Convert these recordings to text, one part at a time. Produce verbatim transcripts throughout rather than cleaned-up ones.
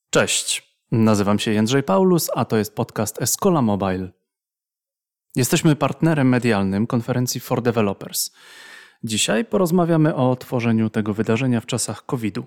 Cześć, nazywam się Jędrzej Paulus, a to jest podcast Escola Mobile. Jesteśmy partnerem medialnym konferencji For Developers. Dzisiaj porozmawiamy o tworzeniu tego wydarzenia w czasach kowida.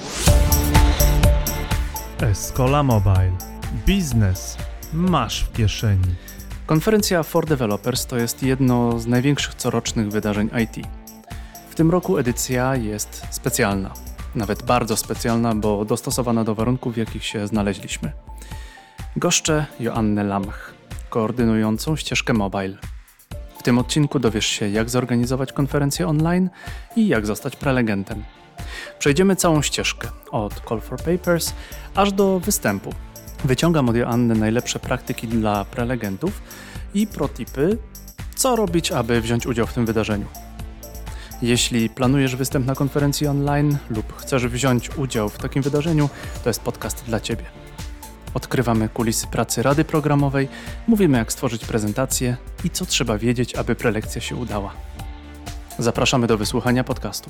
Escola Mobile. Biznes masz w kieszeni. Konferencja For Developers to jest jedno z największych corocznych wydarzeń I T. W tym roku edycja jest specjalna. Nawet bardzo specjalna, bo dostosowana do warunków, w jakich się znaleźliśmy. Goszczę Joannę Lamch, koordynującą ścieżkę mobile. W tym odcinku dowiesz się, jak zorganizować konferencję online i jak zostać prelegentem. Przejdziemy całą ścieżkę, od Call for Papers aż do występu. Wyciągam od Joanny najlepsze praktyki dla prelegentów i protipy, co robić, aby wziąć udział w tym wydarzeniu. Jeśli planujesz występ na konferencji online lub chcesz wziąć udział w takim wydarzeniu, to jest podcast dla Ciebie. Odkrywamy kulisy pracy rady programowej, mówimy jak stworzyć prezentację i co trzeba wiedzieć, aby prelekcja się udała. Zapraszamy do wysłuchania podcastu.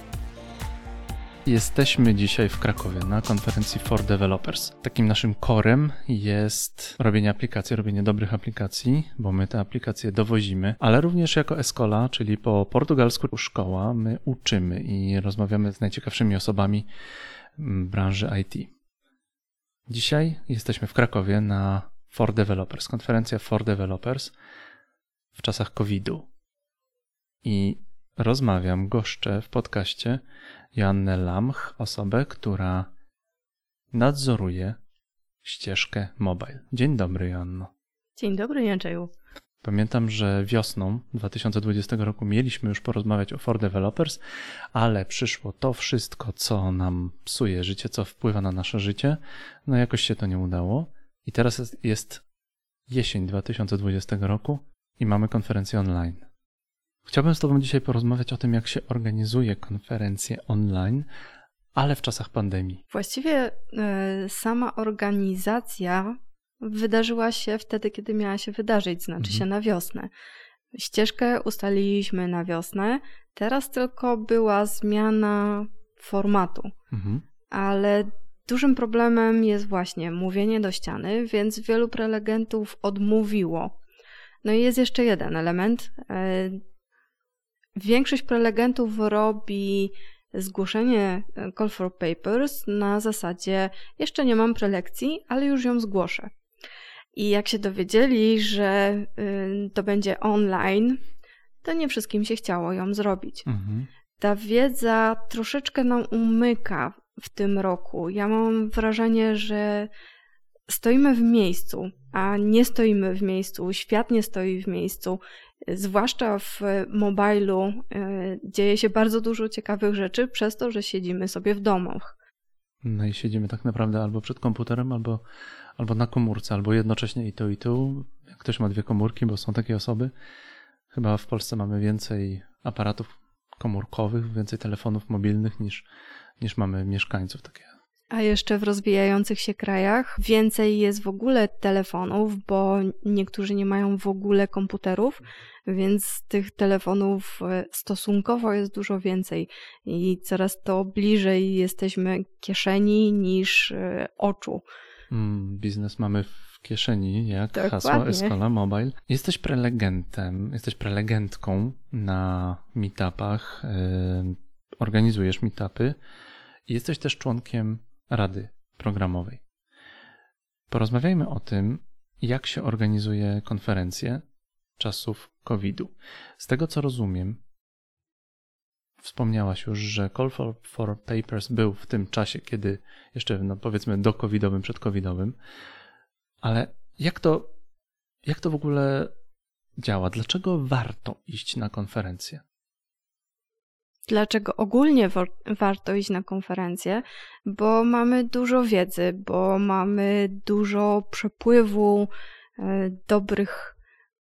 Jesteśmy dzisiaj w Krakowie na konferencji For Developers. Takim naszym corem jest robienie aplikacji, robienie dobrych aplikacji, bo my te aplikacje dowozimy, ale również jako Escola, czyli po portugalsku szkoła, my uczymy i rozmawiamy z najciekawszymi osobami branży I T. Dzisiaj jesteśmy w Krakowie na For Developers, konferencja For Developers w czasach kowida. I rozmawiam, goszczę w podcaście Joannę Lamch, osobę, która nadzoruje ścieżkę mobile. Dzień dobry, Joanno. Dzień dobry, Jędrzeju. Pamiętam, że wiosną dwa tysiące dwudziestego roku mieliśmy już porozmawiać o For Developers, ale przyszło to wszystko, co nam psuje życie, co wpływa na nasze życie. No jakoś się to nie udało. I teraz jest, jest jesień dwa tysiące dwudziestego roku i mamy konferencję online. Chciałbym z Tobą dzisiaj porozmawiać o tym, jak się organizuje konferencje online, ale w czasach pandemii. Właściwie y, sama organizacja wydarzyła się wtedy, kiedy miała się wydarzyć, znaczy mhm. się na wiosnę. Ścieżkę ustaliliśmy na wiosnę, teraz tylko była zmiana formatu, mhm. ale dużym problemem jest właśnie mówienie do ściany, więc wielu prelegentów odmówiło. No i jest jeszcze jeden element. Y, Większość prelegentów robi zgłoszenie Call for Papers na zasadzie jeszcze nie mam prelekcji, ale już ją zgłoszę. I jak się dowiedzieli, że to będzie online, to nie wszystkim się chciało ją zrobić. Mhm. Ta wiedza troszeczkę nam umyka w tym roku. Ja mam wrażenie, że stoimy w miejscu, a nie stoimy w miejscu, świat nie stoi w miejscu. Zwłaszcza w mobilu dzieje się bardzo dużo ciekawych rzeczy przez to, że siedzimy sobie w domach. No i siedzimy tak naprawdę albo przed komputerem, albo, albo na komórce, albo jednocześnie i tu, i tu. Jak ktoś ma dwie komórki, bo są takie osoby. Chyba w Polsce mamy więcej aparatów komórkowych, więcej telefonów mobilnych niż, niż mamy mieszkańców. Takie. A jeszcze w rozwijających się krajach więcej jest w ogóle telefonów, bo niektórzy nie mają w ogóle komputerów, więc tych telefonów stosunkowo jest dużo więcej i coraz to bliżej jesteśmy kieszeni niż oczu. Mm, biznes mamy w kieszeni, jak Dokładnie. Hasło Escola Mobile. Jesteś prelegentem, jesteś prelegentką na meetupach, yy, organizujesz meetupy i jesteś też członkiem Rady Programowej. Porozmawiajmy o tym, jak się organizuje konferencje czasów kowida. Z tego, co rozumiem, wspomniałaś już, że Call for, for Papers był w tym czasie, kiedy jeszcze, no powiedzmy, do covidowym, przed covidowym, ale jak to, jak to w ogóle działa? Dlaczego warto iść na konferencję? Dlaczego ogólnie warto iść na konferencję? Bo mamy dużo wiedzy, bo mamy dużo przepływu e, dobrych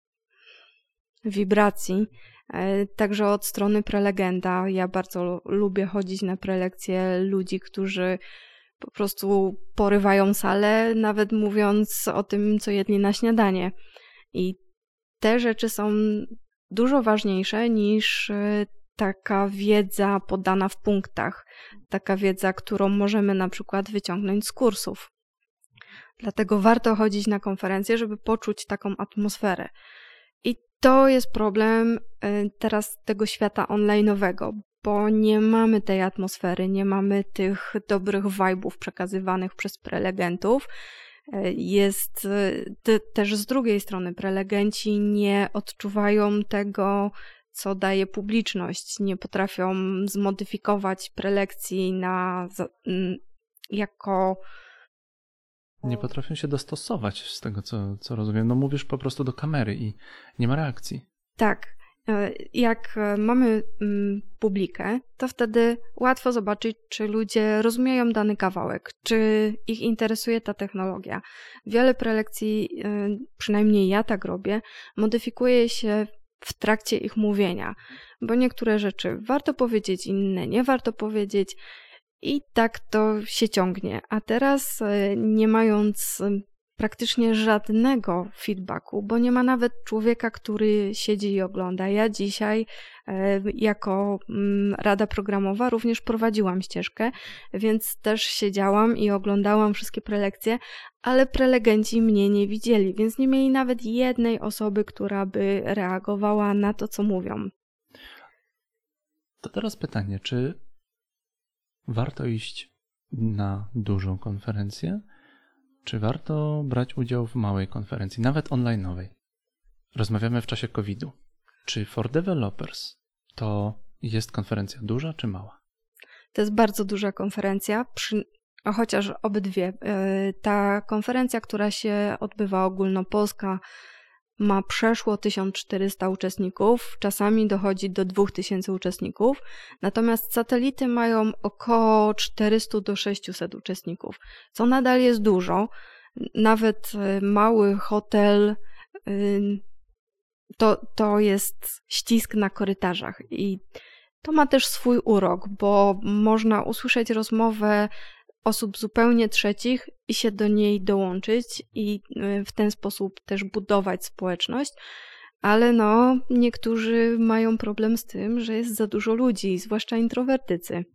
wibracji, e, także od strony prelegenta. Ja bardzo lubię chodzić na prelekcje ludzi, którzy po prostu porywają salę, nawet mówiąc o tym, co jedli na śniadanie. I te rzeczy są dużo ważniejsze niż taka wiedza podana w punktach, taka wiedza, którą możemy na przykład wyciągnąć z kursów. Dlatego warto chodzić na konferencje, żeby poczuć taką atmosferę. I to jest problem teraz tego świata online'owego, bo nie mamy tej atmosfery, nie mamy tych dobrych vibe'ów przekazywanych przez prelegentów. Jest te, też z drugiej strony prelegenci nie odczuwają tego, co daje publiczność, nie potrafią zmodyfikować prelekcji na jako... Nie potrafią się dostosować z tego, co, co rozumiem. No mówisz po prostu do kamery i nie ma reakcji. Tak. Jak mamy publikę, to wtedy łatwo zobaczyć, czy ludzie rozumieją dany kawałek, czy ich interesuje ta technologia. Wiele prelekcji, przynajmniej ja tak robię, modyfikuje się w trakcie ich mówienia, bo niektóre rzeczy warto powiedzieć, inne nie warto powiedzieć i tak to się ciągnie. A teraz, nie mając praktycznie żadnego feedbacku, bo nie ma nawet człowieka, który siedzi i ogląda. Ja dzisiaj jako rada programowa również prowadziłam ścieżkę, więc też siedziałam i oglądałam wszystkie prelekcje, ale prelegenci mnie nie widzieli, więc nie mieli nawet jednej osoby, która by reagowała na to, co mówią. To teraz pytanie, czy warto iść na dużą konferencję, czy warto brać udział w małej konferencji, nawet online'owej? Rozmawiamy w czasie kowida. Czy for developers to jest konferencja duża czy mała? To jest bardzo duża konferencja, przy, chociaż obydwie. Ta konferencja, która się odbywa ogólnopolska, ma przeszło tysiąc czterysta uczestników, czasami dochodzi do dwa tysiące uczestników, natomiast satelity mają około czterysta do sześciuset uczestników, co nadal jest dużo. Nawet mały hotel to, to jest ścisk na korytarzach i to ma też swój urok, bo można usłyszeć rozmowę osób zupełnie trzecich i się do niej dołączyć i w ten sposób też budować społeczność, ale no niektórzy mają problem z tym, że jest za dużo ludzi, zwłaszcza introwertycy.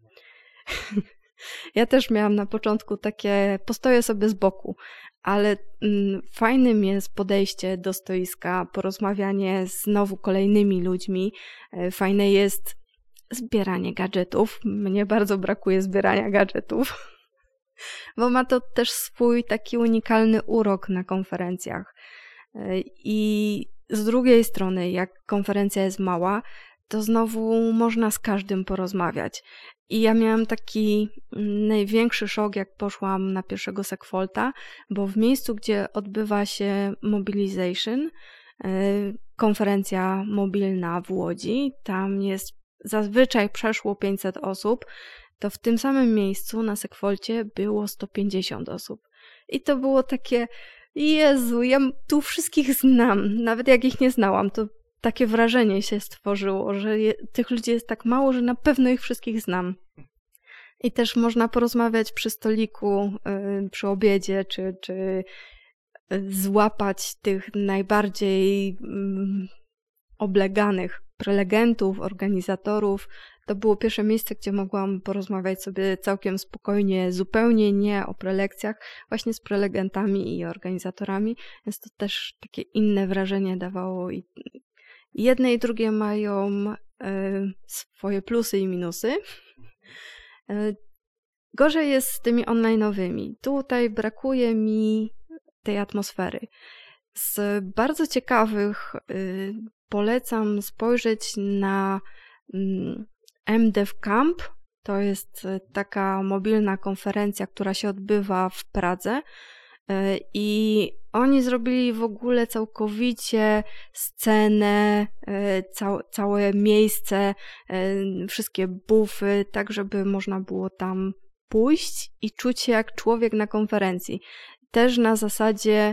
Ja też miałam na początku takie, postoję sobie z boku, ale mm, fajnym jest podejście do stoiska, porozmawianie z znowu kolejnymi ludźmi, fajne jest zbieranie gadżetów. Mnie bardzo brakuje zbierania gadżetów. Bo ma to też swój taki unikalny urok na konferencjach. I z drugiej strony, jak konferencja jest mała, to znowu można z każdym porozmawiać. I ja miałam taki największy szok, jak poszłam na pierwszego Segfolta, bo w miejscu, gdzie odbywa się Mobilization, konferencja mobilna w Łodzi, tam jest zazwyczaj przeszło pięćset osób, to w tym samym miejscu na Segfolcie było sto pięćdziesiąt osób. I to było takie, Jezu, ja tu wszystkich znam, nawet jak ich nie znałam, to takie wrażenie się stworzyło, że je, tych ludzi jest tak mało, że na pewno ich wszystkich znam. I też można porozmawiać przy stoliku, yy, przy obiedzie, czy, czy złapać tych najbardziej yy, obleganych prelegentów, organizatorów. To było pierwsze miejsce, gdzie mogłam porozmawiać sobie całkiem spokojnie, zupełnie nie o prelekcjach, właśnie z prelegentami i organizatorami, więc to też takie inne wrażenie dawało. I jedne i drugie mają y, swoje plusy i minusy. Y, gorzej jest z tymi online'owymi. Tutaj brakuje mi tej atmosfery. Z bardzo ciekawych y, polecam spojrzeć na y, M Dev Camp. To jest taka mobilna konferencja, która się odbywa w Pradze i oni zrobili w ogóle całkowicie scenę, całe, całe miejsce, wszystkie bufy, tak żeby można było tam pójść i czuć się jak człowiek na konferencji. Też na zasadzie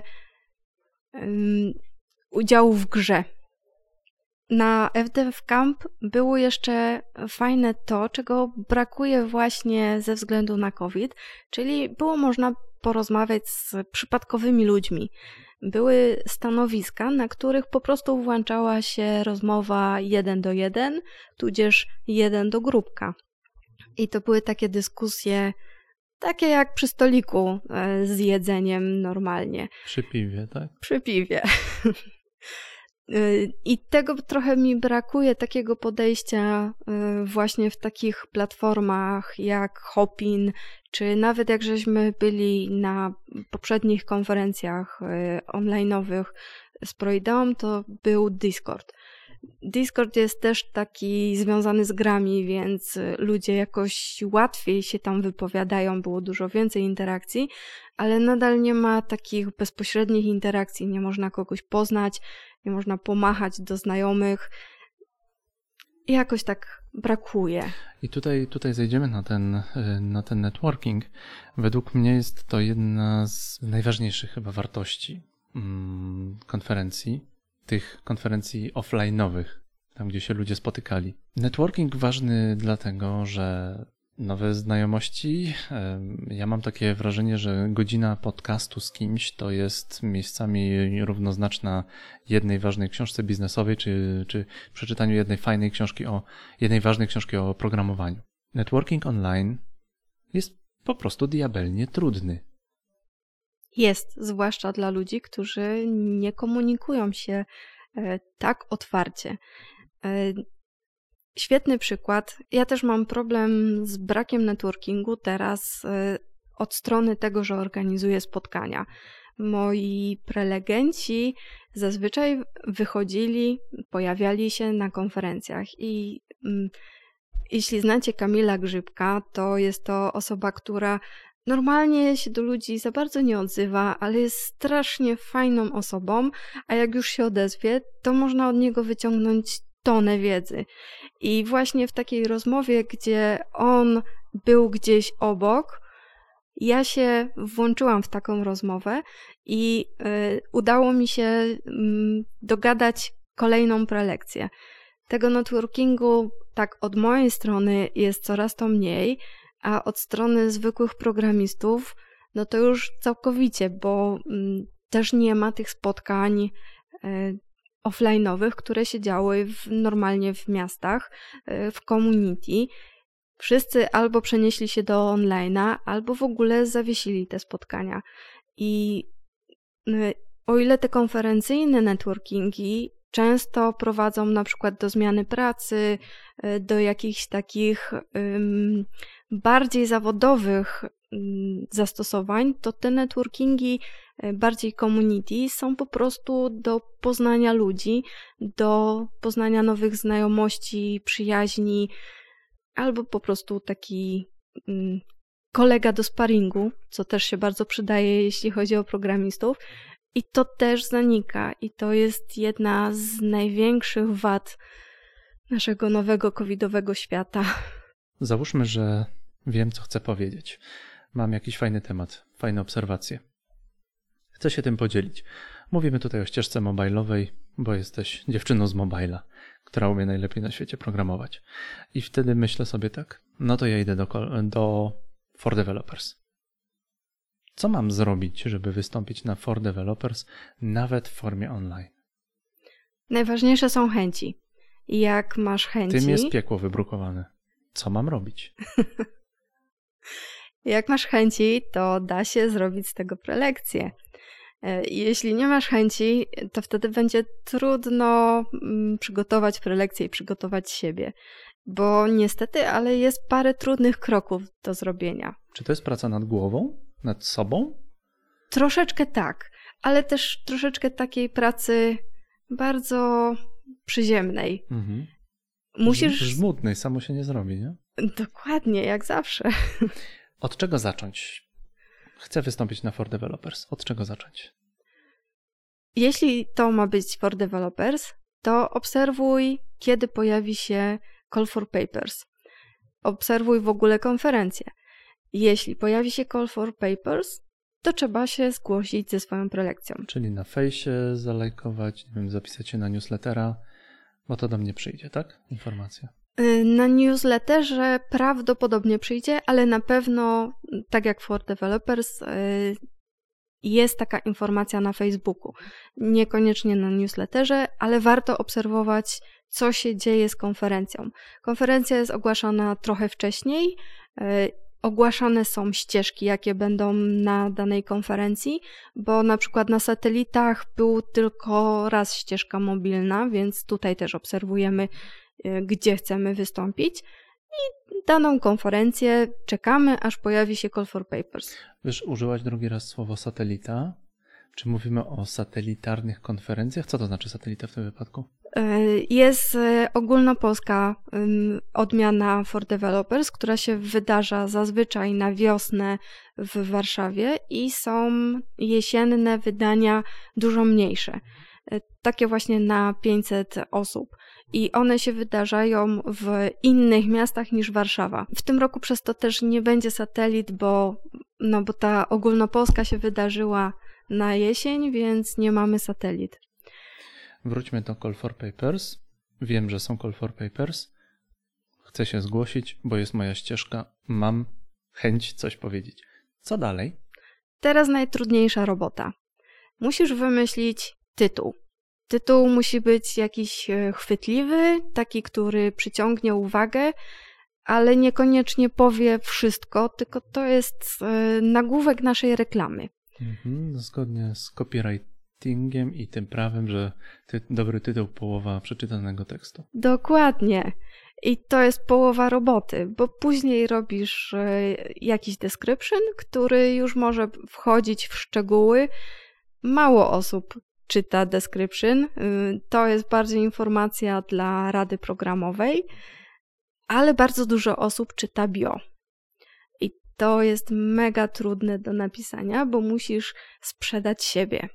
um, udziału w grze. Na F D F Camp było jeszcze fajne to, czego brakuje właśnie ze względu na COVID, czyli było można porozmawiać z przypadkowymi ludźmi. Były stanowiska, na których po prostu włączała się rozmowa jeden do jeden, tudzież jeden do grupka. I to były takie dyskusje takie jak przy stoliku z jedzeniem normalnie. Przy piwie, tak? Przy piwie. I tego trochę mi brakuje, takiego podejścia właśnie w takich platformach jak Hopin, czy nawet jak żeśmy byli na poprzednich konferencjach online'owych z ProIdeą, to był Discord. Discord jest też taki związany z grami, więc ludzie jakoś łatwiej się tam wypowiadają, było dużo więcej interakcji, ale nadal nie ma takich bezpośrednich interakcji, nie można kogoś poznać, nie można pomachać do znajomych. I jakoś tak brakuje. I tutaj, tutaj zejdziemy na ten, na ten networking. Według mnie jest to jedna z najważniejszych chyba wartości mm, konferencji, tych konferencji offline'owych, tam gdzie się ludzie spotykali. Networking ważny dlatego, że nowe znajomości, ja mam takie wrażenie, że godzina podcastu z kimś to jest miejscami równoznaczna jednej ważnej książce biznesowej, czy, czy przeczytaniu jednej fajnej książki o, jednej ważnej książki o programowaniu. Networking online jest po prostu diabelnie trudny. Jest, zwłaszcza dla ludzi, którzy nie komunikują się tak otwarcie. Świetny przykład. Ja też mam problem z brakiem networkingu teraz od strony tego, że organizuję spotkania. Moi prelegenci zazwyczaj wychodzili, pojawiali się na konferencjach i mm, jeśli znacie Kamila Grzybka, to jest to osoba, która normalnie się do ludzi za bardzo nie odzywa, ale jest strasznie fajną osobą, a jak już się odezwie, to można od niego wyciągnąć tonę wiedzy. I właśnie w takiej rozmowie, gdzie on był gdzieś obok, ja się włączyłam w taką rozmowę i y, udało mi się y, dogadać kolejną prelekcję. Tego networkingu tak od mojej strony jest coraz to mniej, a od strony zwykłych programistów no to już całkowicie, bo y, też nie ma tych spotkań y, offline'owych, które się działy w, normalnie w miastach, y, w community. Wszyscy albo przenieśli się do online'a, albo w ogóle zawiesili te spotkania. I y, o ile te konferencyjne networkingi często prowadzą na przykład do zmiany pracy, y, do jakichś takich ym, bardziej zawodowych ym, zastosowań, to te networkingi y, bardziej community są po prostu do poznania ludzi, do poznania nowych znajomości, przyjaźni, albo po prostu taki mm, kolega do sparingu, co też się bardzo przydaje, jeśli chodzi o programistów. I to też zanika. I to jest jedna z największych wad naszego nowego covidowego świata. Załóżmy, że wiem, co chcę powiedzieć. Mam jakiś fajny temat, fajne obserwacje. Chcę się tym podzielić. Mówimy tutaj o ścieżce mobilowej, bo jesteś dziewczyną z mobila, która umie najlepiej na świecie programować. I wtedy myślę sobie tak, no to ja idę do, do For Developers. Co mam zrobić, żeby wystąpić na For Developers nawet w formie online? Najważniejsze są chęci. I jak masz chęci... Tym jest piekło wybrukowane. Co mam robić? Jak masz chęci, to da się zrobić z tego prelekcję. Jeśli nie masz chęci, to wtedy będzie trudno przygotować prelekcję i przygotować siebie. Bo niestety, ale jest parę trudnych kroków do zrobienia. Czy to jest praca nad głową? Nad sobą? Troszeczkę tak, ale też troszeczkę takiej pracy bardzo przyziemnej. Mhm. Musisz... Żmudnej, samo się nie zrobi, nie? Dokładnie, jak zawsze. Od czego zacząć? Chcę wystąpić na For Developers. Od czego zacząć? Jeśli to ma być For Developers, to obserwuj, kiedy pojawi się Call for Papers. Obserwuj w ogóle konferencję. Jeśli pojawi się Call for Papers, to trzeba się zgłosić ze swoją prelekcją. Czyli na fejsie zalajkować, nie wiem, zapisać się na newslettera, bo to do mnie przyjdzie, tak? Informacja. Na newsletterze prawdopodobnie przyjdzie, ale na pewno, tak jak For Developers, jest taka informacja na Facebooku. Niekoniecznie na newsletterze, ale warto obserwować, co się dzieje z konferencją. Konferencja jest ogłaszana trochę wcześniej. ogłaszane są ścieżki, jakie będą na danej konferencji, bo na przykład na satelitach był tylko raz ścieżka mobilna, więc tutaj też obserwujemy, gdzie chcemy wystąpić i daną konferencję czekamy, aż pojawi się Call for Papers. Wiesz, użyłaś drugi raz słowo satelita. Czy mówimy o satelitarnych konferencjach? Co to znaczy satelita w tym wypadku? Jest ogólnopolska odmiana for Developers, która się wydarza zazwyczaj na wiosnę w Warszawie i są jesienne wydania dużo mniejsze. Takie właśnie na pięćset osób. I one się wydarzają w innych miastach niż Warszawa. W tym roku przez to też nie będzie satelit, bo, no bo ta ogólnopolska się wydarzyła na jesień, więc nie mamy satelit. Wróćmy do Call for Papers. Wiem, że są Call for Papers. Chcę się zgłosić, bo jest moja ścieżka. Mam chęć coś powiedzieć. Co dalej? Teraz najtrudniejsza robota. Musisz wymyślić tytuł. Tytuł musi być jakiś chwytliwy, taki, który przyciągnie uwagę, ale niekoniecznie powie wszystko, tylko to jest nagłówek naszej reklamy. Mhm, zgodnie z copywritingiem i tym prawem, że ty, dobry tytuł połowa przeczytanego tekstu. Dokładnie. I to jest połowa roboty, bo później robisz jakiś description, który już może wchodzić w szczegóły. Mało osób czyta description. To jest bardziej informacja dla rady programowej, ale bardzo dużo osób czyta bio. I to jest mega trudne do napisania, bo musisz sprzedać siebie.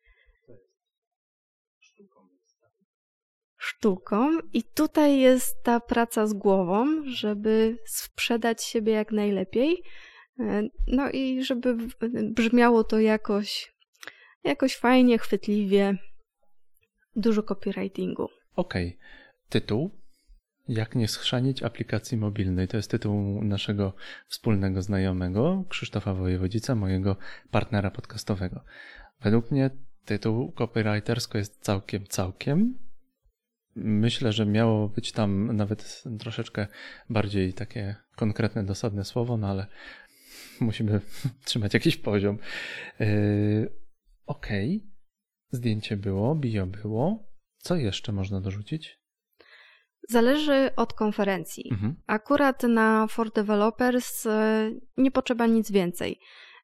Sztuką. I tutaj jest ta praca z głową, żeby sprzedać siebie jak najlepiej. No i żeby brzmiało to jakoś Jakoś fajnie, chwytliwie, dużo copywritingu. Okej. Okay. Tytuł. Jak nie schrzanić aplikacji mobilnej. To jest tytuł naszego wspólnego znajomego, Krzysztofa Wojewodzica, mojego partnera podcastowego. Według mnie tytuł copywritersko jest całkiem, całkiem. Myślę, że miało być tam nawet troszeczkę bardziej takie konkretne, dosadne słowo, no ale musimy trzymać jakiś poziom. Yy... Okej, okay. Zdjęcie było, bio było. Co jeszcze można dorzucić? Zależy od konferencji. Mhm. Akurat na For Developers nie potrzeba nic więcej.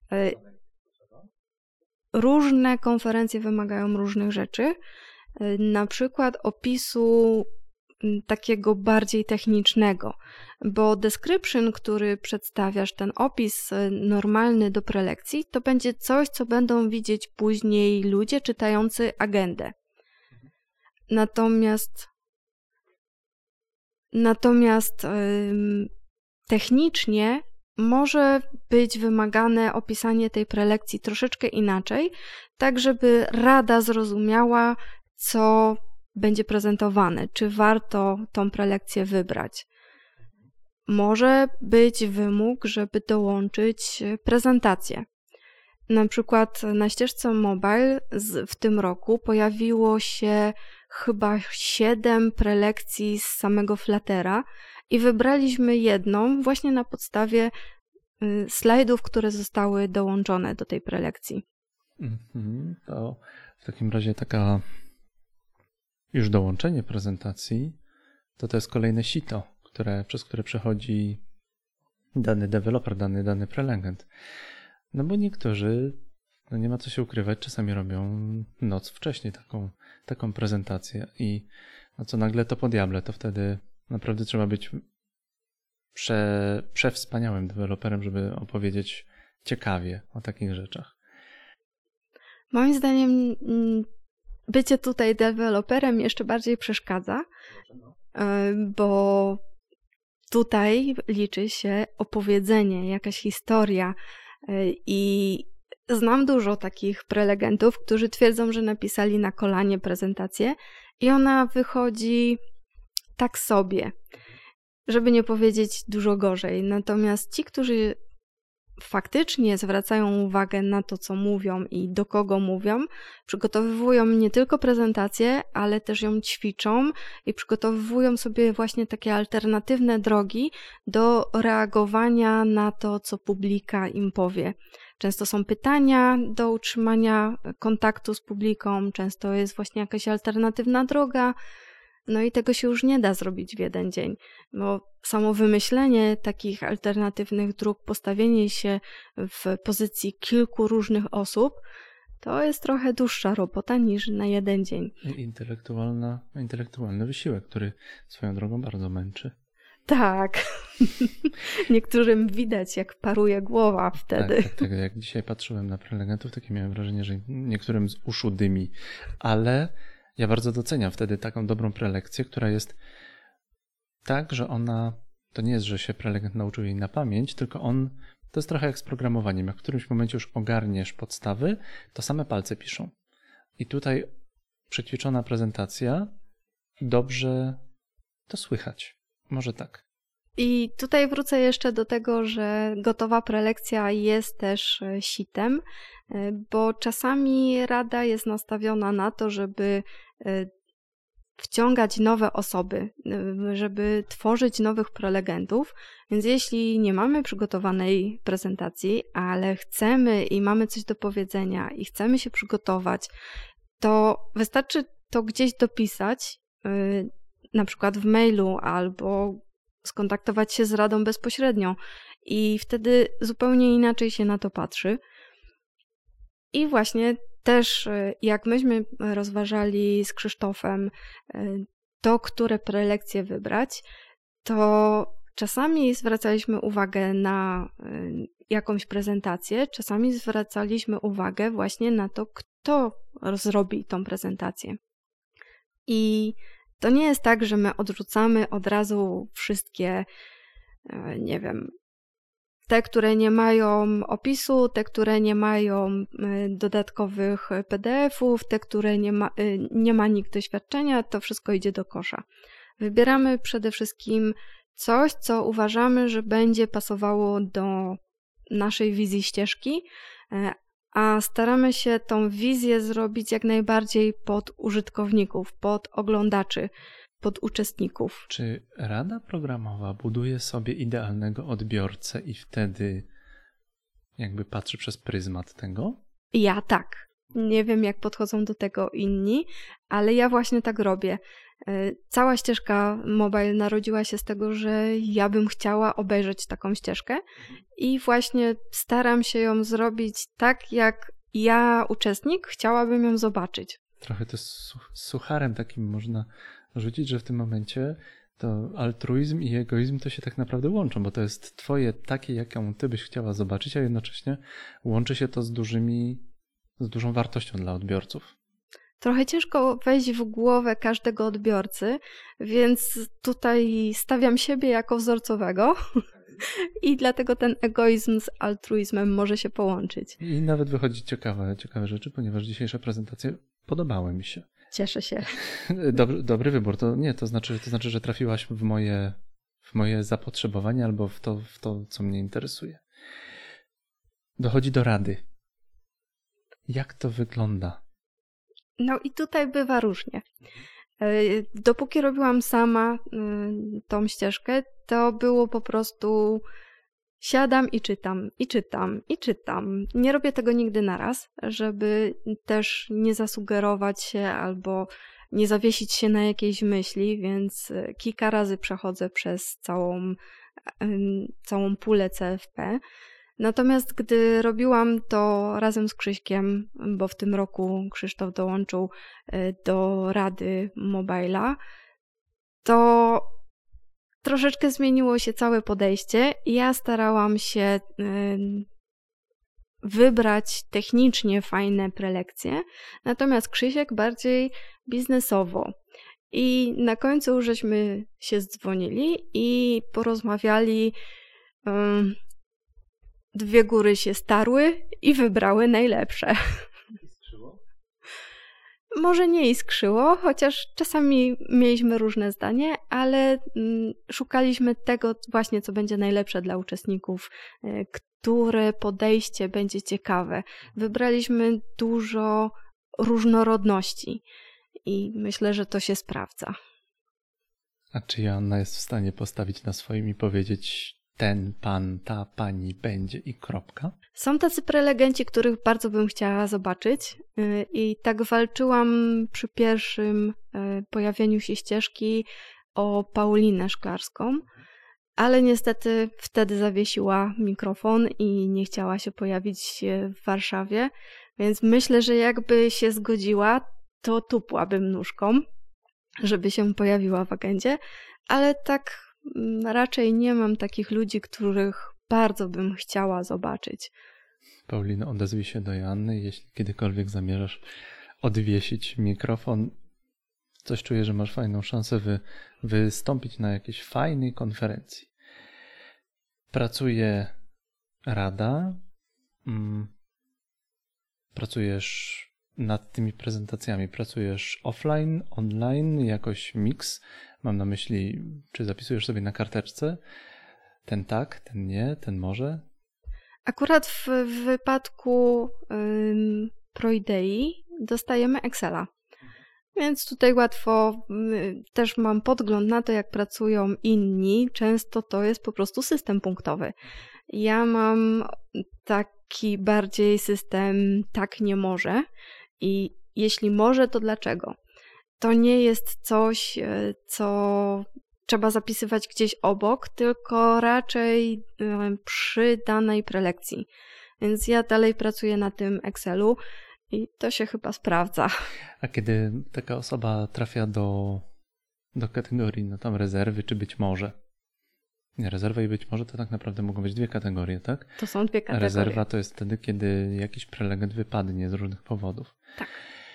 Różne konferencje wymagają różnych rzeczy. Na przykład opisu takiego bardziej technicznego, bo description, który przedstawiasz, ten opis normalny do prelekcji, to będzie coś, co będą widzieć później ludzie czytający agendę. Natomiast natomiast ym, technicznie może być wymagane opisanie tej prelekcji troszeczkę inaczej, tak żeby rada zrozumiała, co będzie prezentowane, czy warto tą prelekcję wybrać. Może być wymóg, żeby dołączyć prezentację. Na przykład na ścieżce mobile w tym roku pojawiło się chyba siedem prelekcji z samego Fluttera i wybraliśmy jedną właśnie na podstawie slajdów, które zostały dołączone do tej prelekcji. Mm-hmm. To w takim razie taka już dołączenie prezentacji, to to jest kolejne sito, które, przez które przechodzi dany deweloper, dany, dany prelegent. No bo niektórzy, no nie ma co się ukrywać, czasami robią noc wcześniej taką, taką prezentację i no co nagle to po diable, to wtedy naprawdę trzeba być prze, przewspaniałym deweloperem, żeby opowiedzieć ciekawie o takich rzeczach. Moim zdaniem bycie tutaj deweloperem jeszcze bardziej przeszkadza, bo tutaj liczy się opowiedzenie, jakaś historia i znam dużo takich prelegentów, którzy twierdzą, że napisali na kolanie prezentację i ona wychodzi tak sobie, żeby nie powiedzieć dużo gorzej. Natomiast ci, którzy faktycznie zwracają uwagę na to, co mówią i do kogo mówią, przygotowują nie tylko prezentację, ale też ją ćwiczą i przygotowują sobie właśnie takie alternatywne drogi do reagowania na to, co publika im powie. Często są pytania do utrzymania kontaktu z publiką, często jest właśnie jakaś alternatywna droga, no i tego się już nie da zrobić w jeden dzień, bo samo wymyślenie takich alternatywnych dróg, postawienie się w pozycji kilku różnych osób, to jest trochę dłuższa robota niż na jeden dzień. Intelektualna, intelektualny wysiłek, który swoją drogą bardzo męczy. Tak. Niektórym widać, jak paruje głowa wtedy. Tak, tak, tak. Jak dzisiaj patrzyłem na prelegentów, takie miałem wrażenie, że niektórym z uszu dymi, ale ja bardzo doceniam wtedy taką dobrą prelekcję, która jest tak, że ona, to nie jest, że się prelegent nauczył jej na pamięć, tylko on, to jest trochę jak z programowaniem. Jak w którymś momencie już ogarniesz podstawy, to same palce piszą. I tutaj przećwiczona prezentacja, dobrze to słychać. Może tak. I tutaj wrócę jeszcze do tego, że gotowa prelekcja jest też sitem, bo czasami rada jest nastawiona na to, żeby wciągać nowe osoby, żeby tworzyć nowych prelegentów. Więc jeśli nie mamy przygotowanej prezentacji, ale chcemy i mamy coś do powiedzenia i chcemy się przygotować, to wystarczy to gdzieś dopisać, na przykład w mailu albo skontaktować się z radą bezpośrednio i wtedy zupełnie inaczej się na to patrzy. I właśnie też jak myśmy rozważali z Krzysztofem to, które prelekcje wybrać, to czasami zwracaliśmy uwagę na jakąś prezentację, czasami zwracaliśmy uwagę właśnie na to, kto zrobi tą prezentację. I to nie jest tak, że my odrzucamy od razu wszystkie, nie wiem, te, które nie mają opisu, te, które nie mają dodatkowych P D F-ów, te, które nie ma, nie ma nikt doświadczenia, to wszystko idzie do kosza. Wybieramy przede wszystkim coś, co uważamy, że będzie pasowało do naszej wizji ścieżki, a staramy się tą wizję zrobić jak najbardziej pod użytkowników, pod oglądaczy, pod uczestników. Czy rada programowa buduje sobie idealnego odbiorcę i wtedy jakby patrzy przez pryzmat tego? Ja tak. Nie wiem, jak podchodzą do tego inni, ale ja właśnie tak robię. Cała ścieżka mobile narodziła się z tego, że ja bym chciała obejrzeć taką ścieżkę i właśnie staram się ją zrobić tak, jak ja, uczestnik, chciałabym ją zobaczyć. Trochę to z sucharem takim można rzucić, że w tym momencie to altruizm i egoizm to się tak naprawdę łączą, bo to jest twoje takie, jaką ty byś chciała zobaczyć, a jednocześnie łączy się to z dużymi, z dużą wartością dla odbiorców. Trochę ciężko wejść w głowę każdego odbiorcy, więc tutaj stawiam siebie jako wzorcowego i dlatego ten egoizm z altruizmem może się połączyć. I nawet wychodzi ciekawe, ciekawe rzeczy, ponieważ dzisiejsze prezentacje podobały mi się. Cieszę się. Dobry, dobry wybór. To nie, to znaczy, to znaczy, że trafiłaś w moje, w moje zapotrzebowanie albo w to, w to, co mnie interesuje. Dochodzi do rady. Jak to wygląda? No i tutaj bywa różnie. Dopóki robiłam sama tą ścieżkę, to było po prostu siadam i czytam, i czytam, i czytam. Nie robię tego nigdy naraz, żeby też nie zasugerować się albo nie zawiesić się na jakiejś myśli, więc kilka razy przechodzę przez całą, całą pulę C F P. Natomiast gdy robiłam to razem z Krzyśkiem, bo w tym roku Krzysztof dołączył do Rady Mobile'a, to troszeczkę zmieniło się całe podejście i ja starałam się wybrać technicznie fajne prelekcje, natomiast Krzysiek bardziej biznesowo. I na końcu żeśmy się zdzwonili i porozmawiali. Um, Dwie góry się starły i wybrały najlepsze. Może nie iskrzyło, chociaż czasami mieliśmy różne zdanie, ale mm, szukaliśmy tego właśnie, co będzie najlepsze dla uczestników, y, które podejście będzie ciekawe. Wybraliśmy dużo różnorodności i myślę, że to się sprawdza. A czy Joanna jest w stanie postawić na swoim i powiedzieć ten pan, ta pani będzie i kropka? Są tacy prelegenci, których bardzo bym chciała zobaczyć y, i tak walczyłam przy pierwszym y, pojawieniu się ścieżki o Paulinę Szklarską, ale niestety wtedy zawiesiła mikrofon i nie chciała się pojawić w Warszawie, więc myślę, że jakby się zgodziła, to tupłabym nóżką, żeby się pojawiła w agendzie, ale tak mm, raczej nie mam takich ludzi, których bardzo bym chciała zobaczyć. Paulino, odezwij się do Joanny, jeśli kiedykolwiek zamierzasz odwiesić mikrofon. Coś czuję, że masz fajną szansę wy, wystąpić na jakiejś fajnej konferencji. Pracuje rada, mm, pracujesz nad tymi prezentacjami, pracujesz offline, online, jakoś mix. Mam na myśli, czy zapisujesz sobie na karteczce ten tak, ten nie, ten może? Akurat w, w wypadku ym, Proidei dostajemy Excela. Więc tutaj łatwo y, też mam podgląd na to, jak pracują inni. Często to jest po prostu system punktowy. Ja mam taki bardziej system tak nie może i jeśli może, to dlaczego? To nie jest coś, y, co trzeba zapisywać gdzieś obok, tylko raczej y, przy danej prelekcji. Więc ja dalej pracuję na tym Excelu. I to się chyba sprawdza. A kiedy taka osoba trafia do, do kategorii, no tam rezerwy, czy być może? Nie, rezerwa i być może to tak naprawdę mogą być dwie kategorie, tak? To są dwie kategorie. Rezerwa to jest wtedy, kiedy jakiś prelegent wypadnie z różnych powodów. Tak.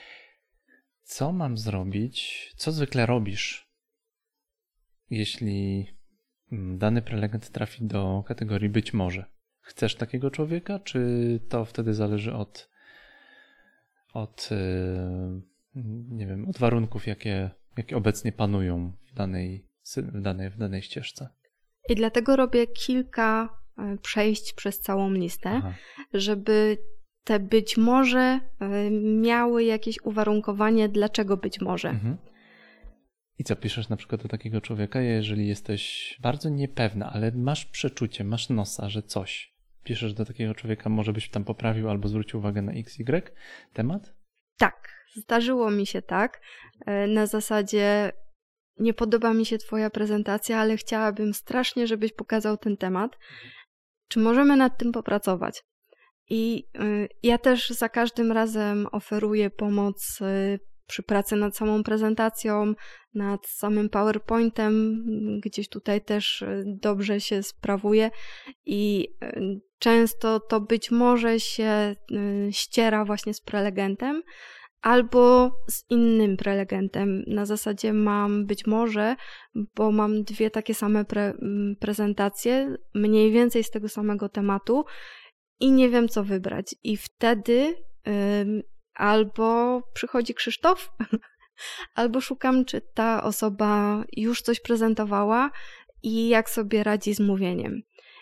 Co mam zrobić? Co zwykle robisz, jeśli dany prelegent trafi do kategorii być może? Chcesz takiego człowieka, czy to wtedy zależy od od, nie wiem, od warunków, jakie, jakie obecnie panują w danej, w danej, w danej ścieżce? I dlatego robię kilka przejść przez całą listę, Aha. żeby te być może miały jakieś uwarunkowanie, dlaczego być może. Mhm. I co piszesz na przykład do takiego człowieka, jeżeli jesteś bardzo niepewna, ale masz przeczucie, masz nosa, że coś. Piszesz do takiego człowieka, może byś tam poprawił albo zwrócił uwagę na X Y temat? Tak, zdarzyło mi się tak. Na zasadzie nie podoba mi się twoja prezentacja, ale chciałabym strasznie, żebyś pokazał ten temat. Czy możemy nad tym popracować? I ja też za każdym razem oferuję pomoc przy pracy nad samą prezentacją, nad samym PowerPointem, gdzieś tutaj też dobrze się sprawuje i często to być może się ściera właśnie z prelegentem albo z innym prelegentem. Na zasadzie mam być może, bo mam dwie takie same pre- prezentacje, mniej więcej z tego samego tematu i nie wiem, co wybrać. I wtedy yy, albo przychodzi Krzysztof, albo szukam, czy ta osoba już coś prezentowała i jak sobie radzi z mówieniem.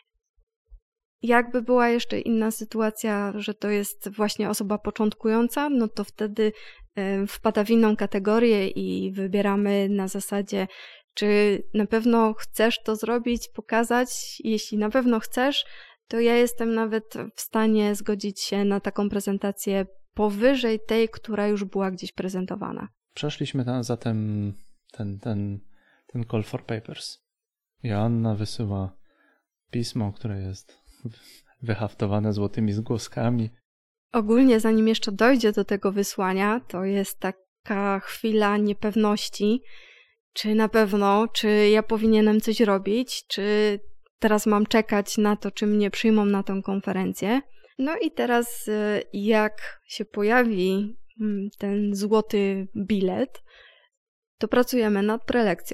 Jakby była jeszcze inna sytuacja, że to jest właśnie osoba początkująca, no to wtedy wpada w inną kategorię i wybieramy na zasadzie, czy na pewno chcesz to zrobić, pokazać. Jeśli na pewno chcesz, to ja jestem nawet w stanie zgodzić się na taką prezentację powyżej tej, która już była gdzieś prezentowana. Przeszliśmy tam zatem ten, ten, ten call for papers. Joanna wysyła pismo, które jest wyhaftowane złotymi zgłoskami. Ogólnie zanim jeszcze dojdzie do tego wysłania, to jest taka chwila niepewności, czy na pewno, czy ja powinienem coś robić, czy teraz mam czekać na to, czy mnie przyjmą na tę konferencję. No i teraz jak się pojawi ten złoty bilet, to pracujemy nad prelekcją.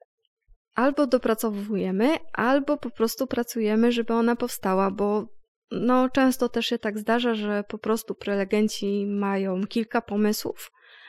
Albo dopracowujemy, albo po prostu pracujemy, żeby ona powstała, bo no często też się tak zdarza, że po prostu prelegenci mają kilka pomysłów,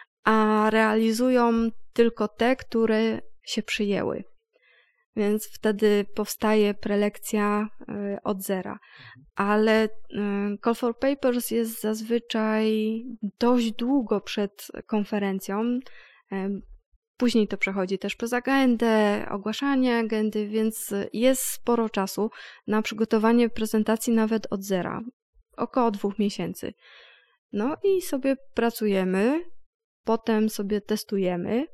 a realizują tylko te, które się przyjęły. Więc wtedy powstaje prelekcja y, od zera. Ale y, Call for Papers jest zazwyczaj dość długo przed konferencją. Y, Później to przechodzi też przez agendę, ogłaszanie agendy, więc jest sporo czasu na przygotowanie prezentacji nawet od zera. Około dwóch miesięcy. No i sobie pracujemy, potem sobie testujemy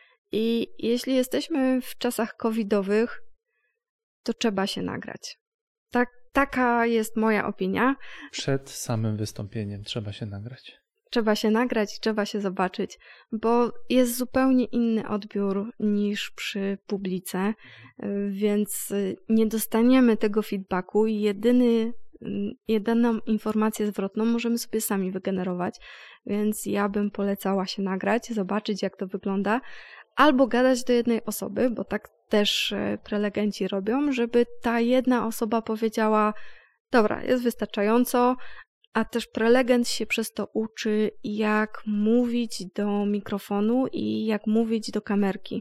i jeśli jesteśmy w czasach covidowych, to trzeba się nagrać. Tak, taka jest moja opinia. Przed samym wystąpieniem trzeba się nagrać. Trzeba się nagrać i trzeba się zobaczyć, bo jest zupełnie inny odbiór niż przy publice, więc nie dostaniemy tego feedbacku i jedyny, jedyną informację zwrotną możemy sobie sami wygenerować, więc ja bym polecała się nagrać, zobaczyć jak to wygląda, albo gadać do jednej osoby, bo tak też prelegenci robią, żeby ta jedna osoba powiedziała: dobra, jest wystarczająco, a też prelegent się przez to uczy, jak mówić do mikrofonu i jak mówić do kamerki.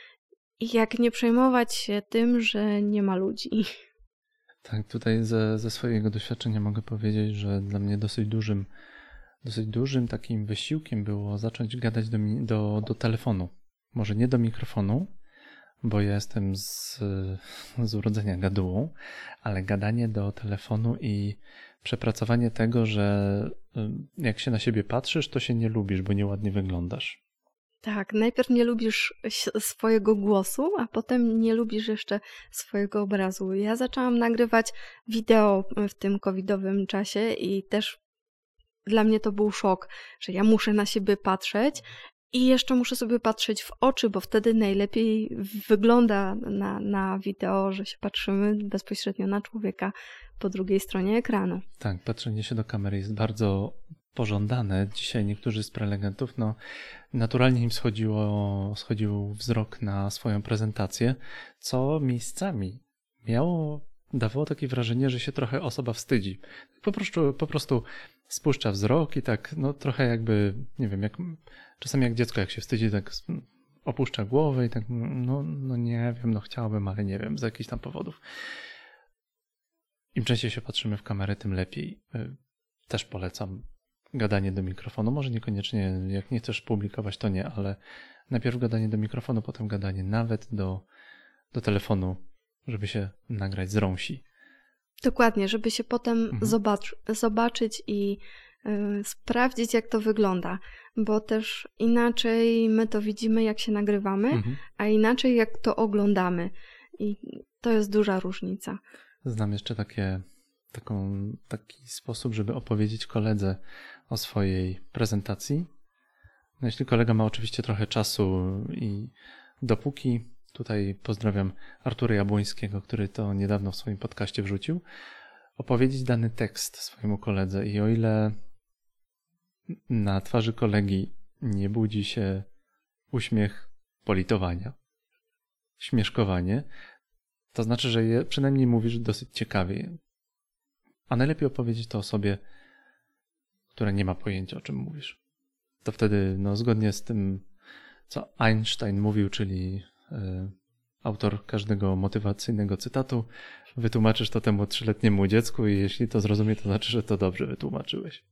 I jak nie przejmować się tym, że nie ma ludzi. Tak, tutaj ze, ze swojego doświadczenia mogę powiedzieć, że dla mnie dosyć dużym, dosyć dużym takim wysiłkiem było zacząć gadać do, mi- do, do telefonu. Może nie do mikrofonu, bo ja jestem z, z urodzenia gadułą, ale gadanie do telefonu i przepracowanie tego, że jak się na siebie patrzysz, to się nie lubisz, bo nieładnie wyglądasz. Tak, najpierw nie lubisz swojego głosu, a potem nie lubisz jeszcze swojego obrazu. Ja zaczęłam nagrywać wideo w tym covidowym czasie i też dla mnie to był szok, że ja muszę na siebie patrzeć i jeszcze muszę sobie patrzeć w oczy, bo wtedy najlepiej wygląda na, na wideo, że się patrzymy bezpośrednio na człowieka po drugiej stronie ekranu. Tak, patrzenie się do kamery jest bardzo pożądane. Dzisiaj niektórzy z prelegentów, no naturalnie im schodziło, schodził wzrok na swoją prezentację, co miejscami miało, dawało takie wrażenie, że się trochę osoba wstydzi. Po prostu, po prostu spuszcza wzrok i tak, no trochę jakby, nie wiem, jak czasami jak dziecko, jak się wstydzi, tak opuszcza głowę i tak, no, no nie wiem, no chciałbym, ale nie wiem, z jakichś tam powodów. Im częściej się patrzymy w kamerę, tym lepiej. Też polecam gadanie do mikrofonu. Może niekoniecznie, jak nie chcesz publikować, to nie, ale najpierw gadanie do mikrofonu, potem gadanie nawet do, do telefonu, żeby się nagrać z rąsi. Dokładnie, żeby się potem Mhm. zobacz, zobaczyć i y, sprawdzić, jak to wygląda, bo też inaczej my to widzimy, jak się nagrywamy, Mhm. a inaczej, jak to oglądamy. I to jest duża różnica. Znam jeszcze takie, taką, taki sposób, żeby opowiedzieć koledze o swojej prezentacji. No jeśli kolega ma oczywiście trochę czasu i dopóki, tutaj pozdrawiam Artura Jabłońskiego, który to niedawno w swoim podcaście wrzucił, opowiedzieć dany tekst swojemu koledze i o ile na twarzy kolegi nie budzi się uśmiech politowania, śmieszkowanie, to znaczy, że je przynajmniej mówisz dosyć ciekawie. A najlepiej opowiedzieć to osobie, która nie ma pojęcia, o czym mówisz. To wtedy, no zgodnie z tym, co Einstein mówił, czyli y, autor każdego motywacyjnego cytatu, wytłumaczysz to temu trzyletniemu dziecku i jeśli to zrozumie, to znaczy, że to dobrze wytłumaczyłeś.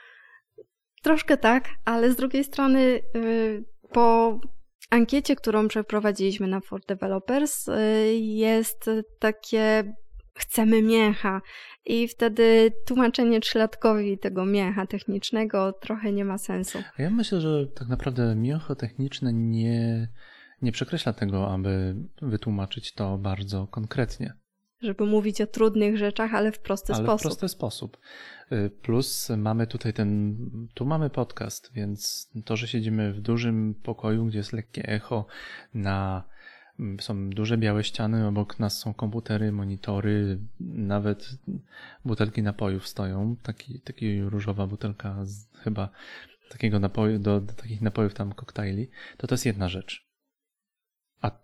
Troszkę tak, ale z drugiej strony y, po ankiecie, którą przeprowadziliśmy na For Developers, y, jest takie chcemy mięcha i wtedy tłumaczenie trzylatkowi tego mięcha technicznego trochę nie ma sensu. A ja myślę, że tak naprawdę mięcho techniczne nie, nie przekreśla tego, aby wytłumaczyć to bardzo konkretnie. Żeby mówić o trudnych rzeczach, ale w prosty ale sposób. w prosty sposób. Plus mamy tutaj ten, tu mamy podcast, więc to, że siedzimy w dużym pokoju, gdzie jest lekkie echo, na, są duże białe ściany, obok nas są komputery, monitory, nawet butelki napojów stoją, taki, taki różowa butelka z, chyba takiego napoju, do, do takich napojów tam koktajli, to to jest jedna rzecz. A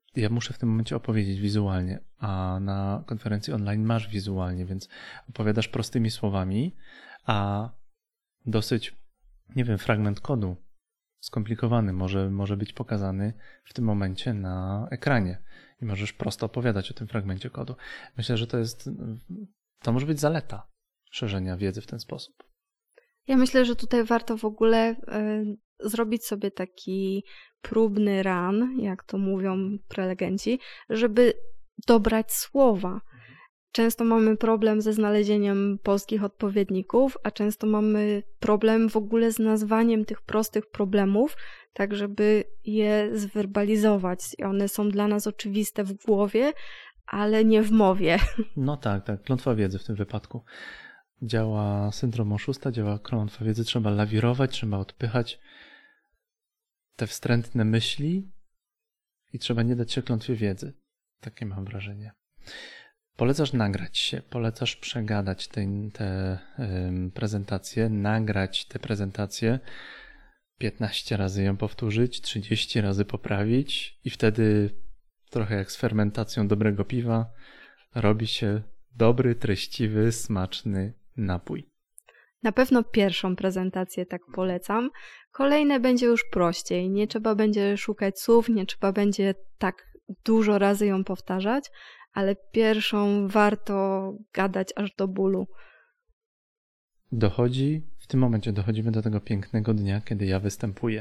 ja muszę w tym momencie opowiedzieć wizualnie, a na konferencji online masz wizualnie, więc opowiadasz prostymi słowami, a dosyć, nie wiem, fragment kodu skomplikowany może, może być pokazany w tym momencie na ekranie i możesz prosto opowiadać o tym fragmencie kodu. Myślę, że to jest, to może być zaleta szerzenia wiedzy w ten sposób. Ja myślę, że tutaj warto w ogóle y, zrobić sobie taki próbny run, jak to mówią prelegenci, żeby dobrać słowa. Często mamy problem ze znalezieniem polskich odpowiedników, a często mamy problem w ogóle z nazwaniem tych prostych problemów, tak żeby je zwerbalizować. One są dla nas oczywiste w głowie, ale nie w mowie. No tak, tak. Klątwa wiedzy w tym wypadku. Działa syndrom oszusta, działa klątwa wiedzy. Trzeba lawirować, trzeba odpychać te wstrętne myśli i trzeba nie dać się klątwie wiedzy. Takie mam wrażenie. Polecasz nagrać się, polecasz przegadać te, te ym, prezentacje, nagrać te prezentacje, piętnaście razy ją powtórzyć, trzydzieści razy poprawić i wtedy trochę jak z fermentacją dobrego piwa robi się dobry, treściwy, smaczny napój. Na pewno pierwszą prezentację tak polecam. Kolejne będzie już prościej. Nie trzeba będzie szukać słów, nie trzeba będzie tak dużo razy ją powtarzać, ale pierwszą warto gadać aż do bólu. Dochodzi, w tym momencie dochodzimy do tego pięknego dnia, kiedy ja występuję.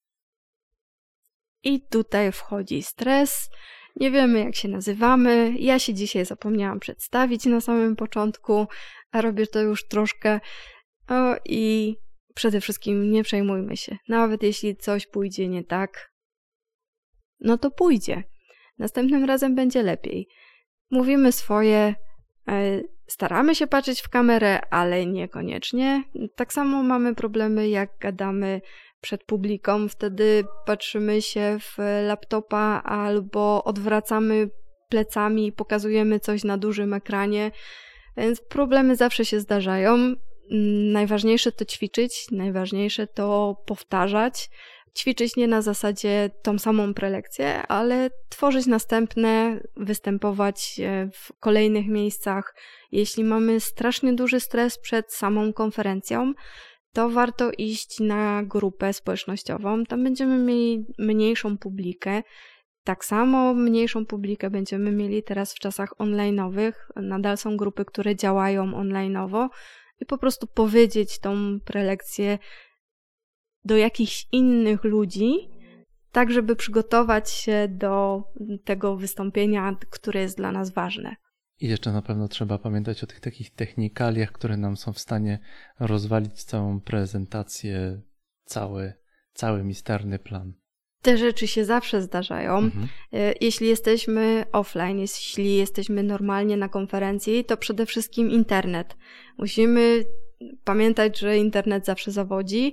I tutaj wchodzi stres. Nie wiemy, jak się nazywamy. Ja się dzisiaj zapomniałam przedstawić na samym początku, a robię to już troszkę. O, i przede wszystkim nie przejmujmy się. Nawet jeśli coś pójdzie nie tak, no to pójdzie. Następnym razem będzie lepiej. Mówimy swoje, staramy się patrzeć w kamerę, ale niekoniecznie. Tak samo mamy problemy, jak gadamy przed publiką. Wtedy patrzymy się w laptopa albo odwracamy plecami i pokazujemy coś na dużym ekranie. Więc problemy zawsze się zdarzają. Najważniejsze to ćwiczyć, najważniejsze to powtarzać. Ćwiczyć nie na zasadzie tą samą prelekcję, ale tworzyć następne, występować w kolejnych miejscach. Jeśli mamy strasznie duży stres przed samą konferencją, to warto iść na grupę społecznościową. Tam będziemy mieli mniejszą publikę. Tak samo mniejszą publikę będziemy mieli teraz w czasach online'owych. Nadal są grupy, które działają online'owo i po prostu powiedzieć tą prelekcję do jakichś innych ludzi, tak żeby przygotować się do tego wystąpienia, które jest dla nas ważne. I jeszcze na pewno trzeba pamiętać o tych takich technikaliach, które nam są w stanie rozwalić całą prezentację, cały, cały misterny plan. Te rzeczy się zawsze zdarzają. Mhm. Jeśli jesteśmy offline, jeśli jesteśmy normalnie na konferencji, to przede wszystkim internet. Musimy pamiętać, że internet zawsze zawodzi.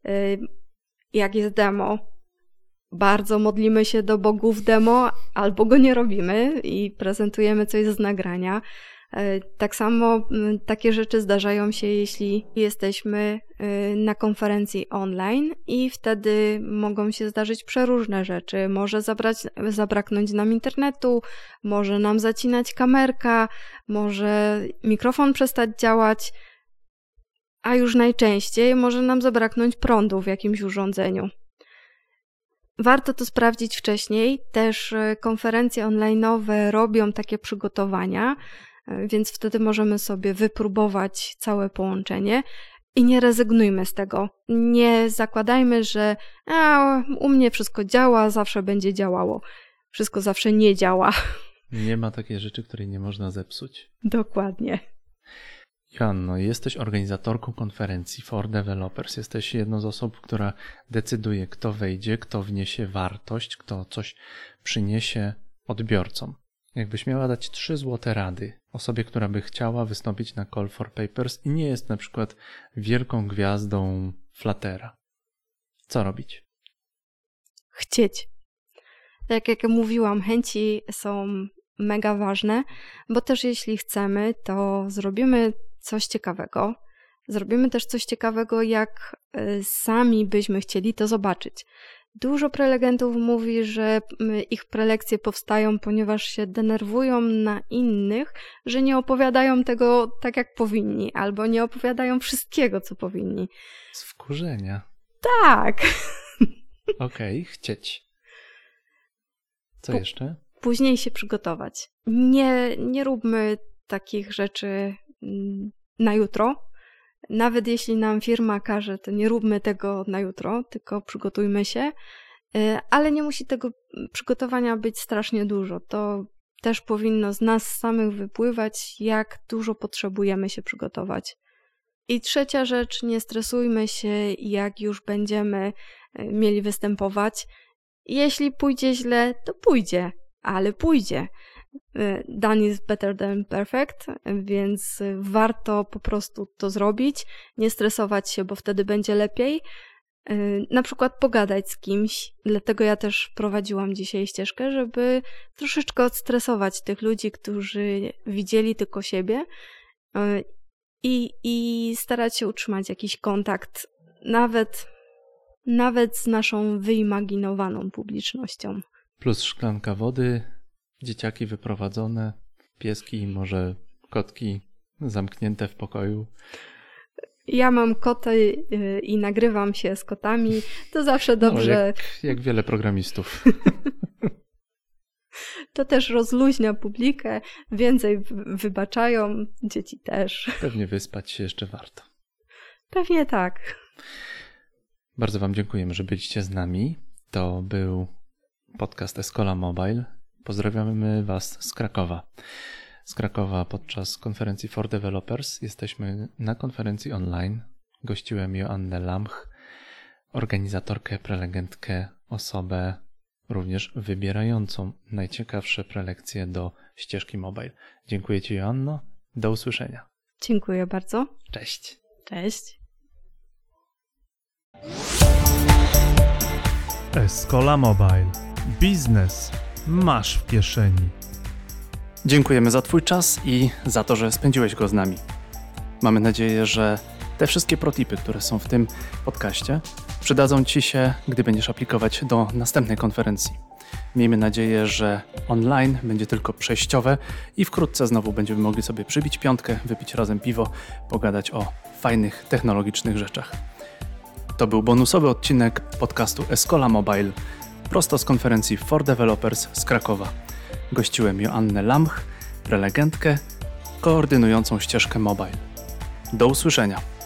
Jak jest demo, bardzo modlimy się do bogów demo, albo go nie robimy i prezentujemy coś z nagrania. Tak samo takie rzeczy zdarzają się, jeśli jesteśmy na konferencji online i wtedy mogą się zdarzyć przeróżne rzeczy. Może zabrać, zabraknąć nam internetu, może nam zacinać kamerka, może mikrofon przestać działać, a już najczęściej może nam zabraknąć prądu w jakimś urządzeniu. Warto to sprawdzić wcześniej. Też konferencje online'owe robią takie przygotowania, więc wtedy możemy sobie wypróbować całe połączenie i nie rezygnujmy z tego. Nie zakładajmy, że a, u mnie wszystko działa, zawsze będzie działało. Wszystko zawsze nie działa. Nie ma takiej rzeczy, której nie można zepsuć. Dokładnie. Joanno, jesteś organizatorką konferencji for Developers. Jesteś jedną z osób, która decyduje, kto wejdzie, kto wniesie wartość, kto coś przyniesie odbiorcom. Jakbyś miała dać trzy złote rady osobie, która by chciała wystąpić na Call for Papers i nie jest na przykład wielką gwiazdą Fluttera. Co robić? Chcieć. Tak jak mówiłam, chęci są mega ważne, bo też jeśli chcemy, to zrobimy coś ciekawego. Zrobimy też coś ciekawego, jak sami byśmy chcieli to zobaczyć. Dużo prelegentów mówi, że ich prelekcje powstają, ponieważ się denerwują na innych, że nie opowiadają tego tak, jak powinni, albo nie opowiadają wszystkiego, co powinni. Z wkurzenia. Tak. Okej, okay, chcieć. Co Po, jeszcze? Później się przygotować. Nie, nie róbmy takich rzeczy na jutro. Nawet jeśli nam firma każe, to nie róbmy tego na jutro, tylko przygotujmy się. Ale nie musi tego przygotowania być strasznie dużo. To też powinno z nas samych wypływać, jak dużo potrzebujemy się przygotować. I trzecia rzecz, nie stresujmy się, jak już będziemy mieli występować. Jeśli pójdzie źle, to pójdzie, ale pójdzie. Done is better than perfect, więc warto po prostu to zrobić, nie stresować się, bo wtedy będzie lepiej. Na przykład pogadać z kimś, dlatego ja też prowadziłam dzisiaj ścieżkę, żeby troszeczkę odstresować tych ludzi, którzy widzieli tylko siebie i, i starać się utrzymać jakiś kontakt, nawet, nawet z naszą wyimaginowaną publicznością. Plus szklanka wody, dzieciaki wyprowadzone, pieski i może kotki zamknięte w pokoju. Ja mam koty i nagrywam się z kotami, to zawsze dobrze. No, jak, jak wiele programistów. To też rozluźnia publikę, więcej wybaczają, dzieci też. Pewnie wyspać się jeszcze warto. Pewnie tak. Bardzo Wam dziękujemy, że byliście z nami. To był podcast Escola Mobile. Pozdrawiamy Was z Krakowa. Z Krakowa podczas konferencji For Developers. Jesteśmy na konferencji online. Gościłem Joannę Lamch, organizatorkę, prelegentkę, osobę również wybierającą najciekawsze prelekcje do ścieżki mobile. Dziękuję Ci, Joanno. Do usłyszenia. Dziękuję bardzo. Cześć. Cześć. Escola Mobile. Biznes masz w kieszeni. Dziękujemy za Twój czas i za to, że spędziłeś go z nami. Mamy nadzieję, że te wszystkie protipy, które są w tym podcaście, przydadzą Ci się, gdy będziesz aplikować do następnej konferencji. Miejmy nadzieję, że online będzie tylko przejściowe i wkrótce znowu będziemy mogli sobie przybić piątkę, wypić razem piwo, pogadać o fajnych, technologicznych rzeczach. To był bonusowy odcinek podcastu Escola Mobile, prosto z konferencji For Developers z Krakowa. Gościłem Joannę Lamch, prelegentkę koordynującą ścieżkę mobile. Do usłyszenia.